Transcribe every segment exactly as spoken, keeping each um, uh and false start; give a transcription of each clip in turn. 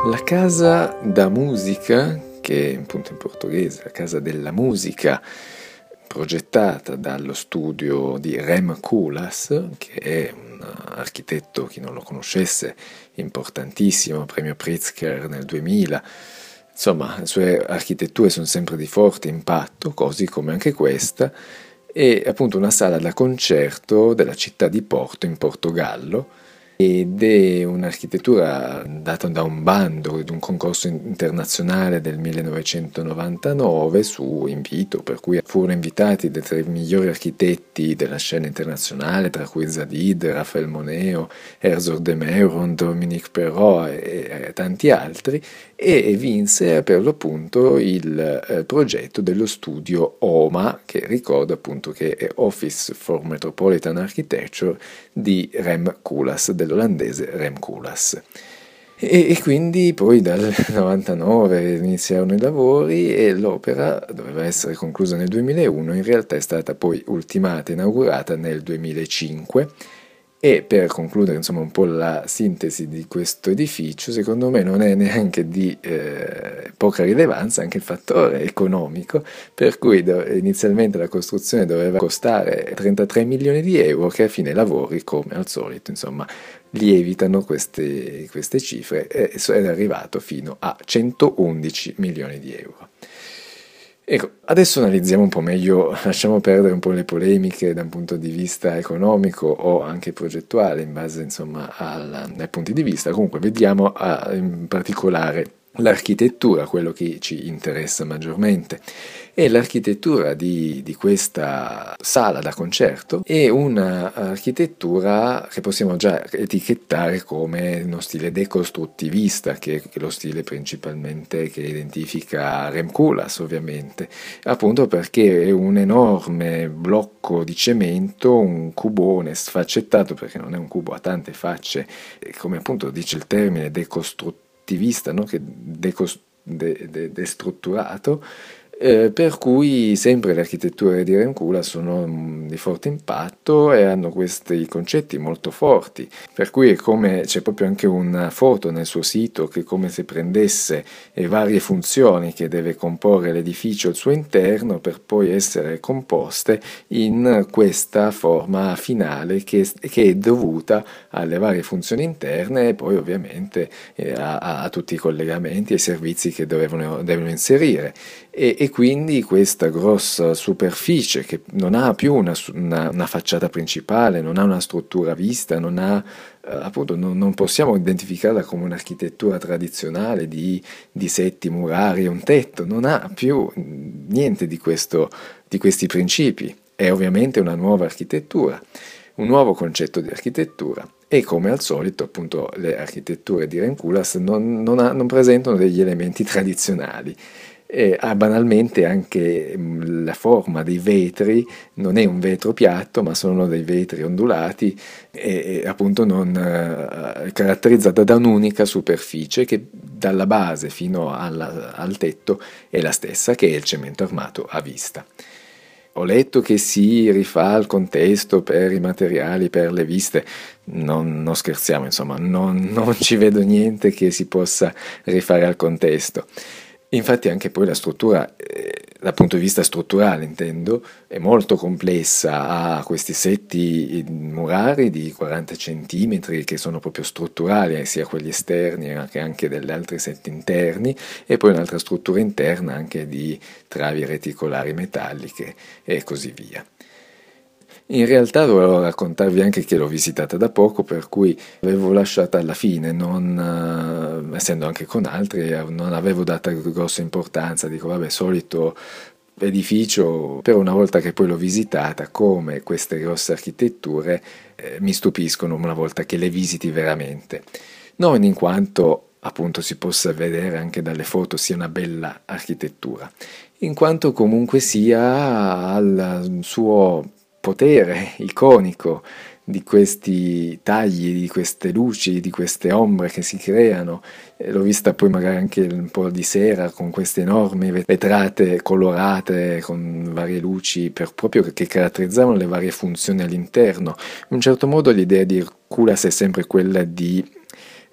La casa da musica, che è appunto in portoghese la casa della musica, progettata dallo studio di Rem Koolhaas, che è un architetto, chi non lo conoscesse, importantissimo, premio Pritzker nel duemila. Insomma, le sue architetture sono sempre di forte impatto, così come anche questa, è appunto una sala da concerto della città di Porto in Portogallo, ed è un'architettura data da un bando di un concorso internazionale del millenovecentonovantanove su invito, per cui furono invitati dei tre migliori architetti della scena internazionale, tra cui Zadid, Raphael Moneo, Herzog de Meuron, Dominique Perrault e, e tanti altri, e vinse per l'appunto il eh, progetto dello studio O M A, che ricordo appunto che è Office for Metropolitan Architecture di Rem Koolhaas, dell'olandese Rem Koolhaas. E, e quindi poi dal novantanove iniziarono i lavori e l'opera doveva essere conclusa nel duemilauno, in realtà è stata poi ultimata, inaugurata nel duemilacinque. E per concludere insomma un po' la sintesi di questo edificio, secondo me non è neanche di eh, poca rilevanza anche il fattore economico, per cui do- inizialmente la costruzione doveva costare trentatré milioni di euro, che a fine lavori, come al solito, insomma, lievitano queste, queste cifre, e è arrivato fino a centoundici milioni di euro. Ecco, adesso analizziamo un po' meglio, lasciamo perdere un po' le polemiche da un punto di vista economico o anche progettuale, in base insomma al, ai punti di vista. Comunque vediamo a, in particolare l'architettura, quello che ci interessa maggiormente. E l'architettura di, di questa sala da concerto è un'architettura che possiamo già etichettare come uno stile decostruttivista, che è lo stile principalmente che identifica Rem Koolhaas, ovviamente, appunto perché è un enorme blocco di cemento, un cubone sfaccettato, perché non è un cubo, ha tante facce, come appunto dice il termine decostruttivista, no? Che decos- de- de- destrutturato, Eh, per cui sempre le architetture di Rem Koolhaas sono mh, di forte impatto e hanno questi concetti molto forti, per cui è come, c'è proprio anche una foto nel suo sito che è come se prendesse le varie funzioni che deve comporre l'edificio al suo interno per poi essere composte in questa forma finale che, che è dovuta alle varie funzioni interne e poi ovviamente eh, a, a tutti i collegamenti e i servizi che dovevano, devono inserire. E, e quindi questa grossa superficie che non ha più una, una, una facciata principale, non ha una struttura vista, non ha eh, appunto non, non possiamo identificarla come un'architettura tradizionale di, di setti murari e un tetto, non ha più niente di, questo, di questi principi. È ovviamente una nuova architettura, un nuovo concetto di architettura. E come al solito, appunto, le architetture di Rem Koolhaas non, non, ha, non presentano degli elementi tradizionali. E ha banalmente anche la forma dei vetri, non è un vetro piatto ma sono dei vetri ondulati e, e appunto non eh, caratterizzata da un'unica superficie che dalla base fino alla, al tetto è la stessa, che è il cemento armato a vista. Ho letto che si rifà al contesto per i materiali, per le viste, non, non scherziamo, insomma, non, non ci vedo niente che si possa rifare al contesto. Infatti anche poi la struttura, eh, dal punto di vista strutturale intendo, è molto complessa, ha questi setti murari di quaranta centimetri che sono proprio strutturali, sia quelli esterni che anche degli altri setti interni, e poi un'altra struttura interna anche di travi reticolari metalliche e così via. In realtà dovevo raccontarvi anche che l'ho visitata da poco, per cui avevo lasciata alla fine, non, essendo anche con altri, non avevo data grossa importanza, dico vabbè, solito edificio, però una volta che poi l'ho visitata, come queste grosse architetture eh, mi stupiscono una volta che le visiti veramente, non in quanto appunto si possa vedere anche dalle foto sia una bella architettura, in quanto comunque sia al suo potere iconico di questi tagli, di queste luci, di queste ombre che si creano. E l'ho vista poi magari anche un po' di sera con queste enormi vetrate colorate con varie luci per, proprio che caratterizzavano le varie funzioni all'interno. In un certo modo l'idea di Koolhaas è sempre quella di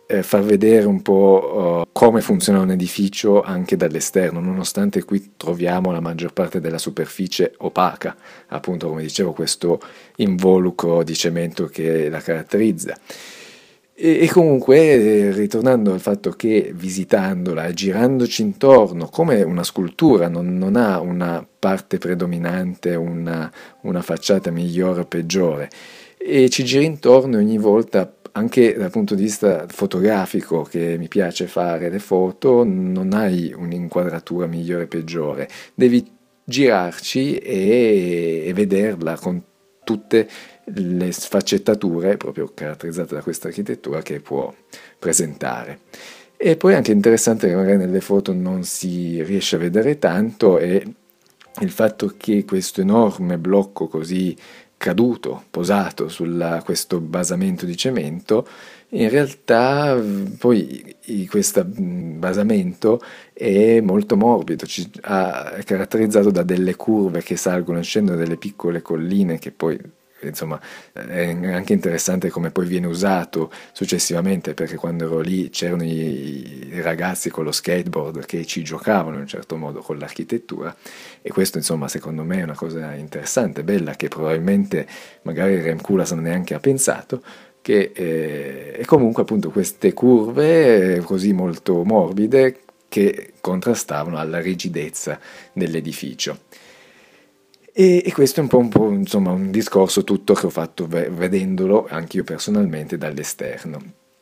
eh, far vedere un po' uh, come funziona un edificio anche dall'esterno, nonostante qui troviamo la maggior parte della superficie opaca, appunto come dicevo questo involucro di cemento che la caratterizza. E, e comunque, eh, ritornando al fatto che visitandola e girandoci intorno, come una scultura, non, non ha una parte predominante, una, una facciata migliore o peggiore, e ci giri intorno ogni volta, anche dal punto di vista fotografico, che mi piace fare le foto, non hai un'inquadratura migliore o peggiore, devi girarci e, e vederla con tutte le sfaccettature proprio caratterizzate da questa architettura che può presentare. E poi anche interessante che magari nelle foto non si riesce a vedere tanto è il fatto che questo enorme blocco così caduto, posato su questo basamento di cemento, in realtà poi questo basamento è molto morbido, ci, ha, è caratterizzato da delle curve che salgono e scendono, delle piccole colline che poi, insomma, è anche interessante come poi viene usato successivamente, perché quando ero lì c'erano i, i ragazzi con lo skateboard che ci giocavano in un certo modo con l'architettura, e questo, insomma, secondo me è una cosa interessante, bella, che probabilmente magari Rem Koolhaas non neanche ha pensato, che eh, e comunque appunto queste curve eh, così molto morbide che contrastavano alla rigidezza dell'edificio. E, e questo è un po', un po', insomma, un discorso tutto che ho fatto ve- vedendolo anche io personalmente dall'esterno.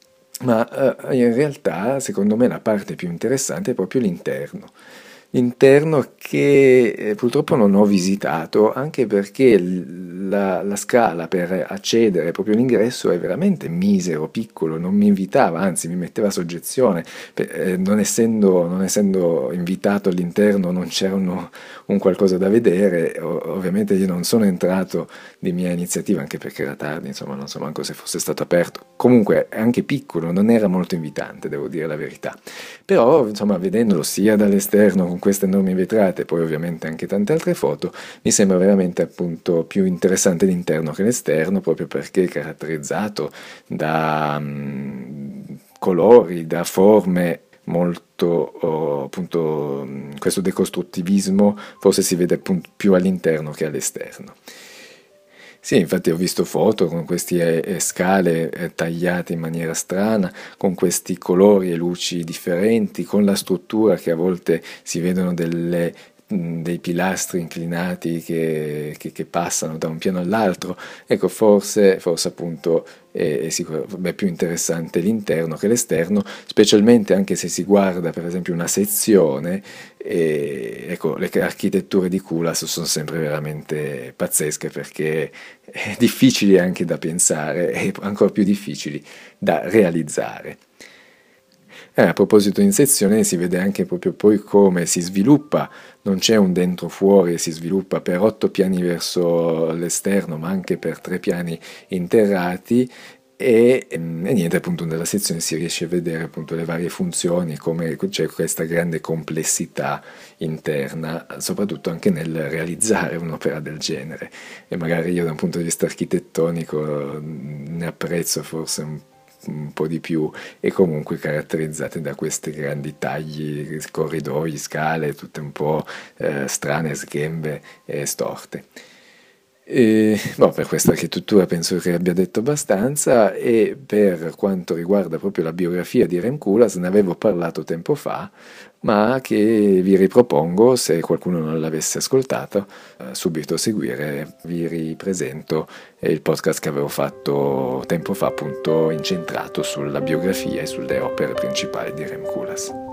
Ma eh, in realtà, secondo me, la parte più interessante è proprio l'interno. L'interno che eh, purtroppo non ho visitato, anche perché l- la, la scala per accedere, proprio l'ingresso, è veramente misero, piccolo, non mi invitava, anzi mi metteva a soggezione. Per- eh, non essendo, non essendo invitato all'interno, non c'era uno- un qualcosa da vedere, o- ovviamente io non sono entrato di mia iniziativa, anche perché era tardi, insomma, non so manco se fosse stato aperto. Comunque, è anche piccolo, non era molto invitante, devo dire la verità. Però, insomma, vedendolo sia dall'esterno con queste enormi vetrate, poi ovviamente anche tante altre foto, mi sembra veramente appunto più interessante l'interno che l'esterno, proprio perché è caratterizzato da um, colori, da forme molto, oh, appunto, questo decostruttivismo forse si vede appunto più all'interno che all'esterno. Sì, infatti ho visto foto con queste scale eh, tagliate in maniera strana, con questi colori e luci differenti, con la struttura che a volte si vedono delle, mh, dei pilastri inclinati che, che- che passano da un piano all'altro. Ecco, forse, forse appunto è, è sicur- è più interessante l'interno che l'esterno, specialmente anche se si guarda per esempio una sezione. E ecco, le architetture di Koolhaas sono sempre veramente pazzesche, perché è difficili anche da pensare e ancora più difficili da realizzare. Eh, a proposito di sezione, si vede anche proprio poi come si sviluppa, non c'è un dentro fuori, si sviluppa per otto piani verso l'esterno, ma anche per tre piani interrati. E, e niente, appunto nella sezione si riesce a vedere appunto le varie funzioni, come c'è questa grande complessità interna, soprattutto anche nel realizzare un'opera del genere. E magari io da un punto di vista architettonico ne apprezzo forse un un po' di più, e comunque caratterizzate da questi grandi tagli, corridoi, scale, tutte un po' eh, strane, sghembe e storte. E, boh, per questa architettura penso che abbia detto abbastanza, e per quanto riguarda proprio la biografia di Rem Koolhaas ne avevo parlato tempo fa, ma che vi ripropongo se qualcuno non l'avesse ascoltato, eh, subito a seguire. Vi ripresento il podcast che avevo fatto tempo fa, appunto incentrato sulla biografia e sulle opere principali di Rem Koolhaas.